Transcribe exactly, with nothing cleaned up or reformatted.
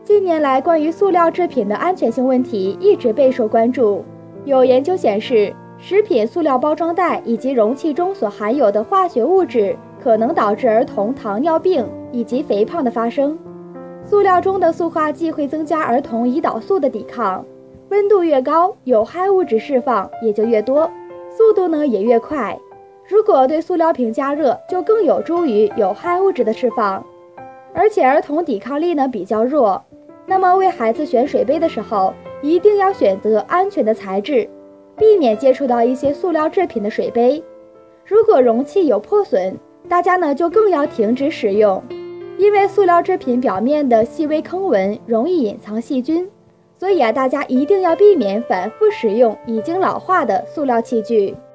近年来，关于塑料制品的安全性问题一直备受关注。有研究显示，食品塑料包装袋以及容器中所含有的化学物质可能导致儿童糖尿病以及肥胖的发生。塑料中的塑化剂会增加儿童胰岛素的抵抗，温度越高，有害物质释放也就越多，速度呢也越快。如果对塑料瓶加热，就更有助于有害物质的释放。而且儿童抵抗力呢比较弱，那么为孩子选水杯的时候，一定要选择安全的材质，避免接触到一些塑料制品的水杯。如果容器有破损，大家呢就更要停止使用，因为塑料制品表面的细微坑纹容易隐藏细菌，所以啊，大家一定要避免反复使用已经老化的塑料器具。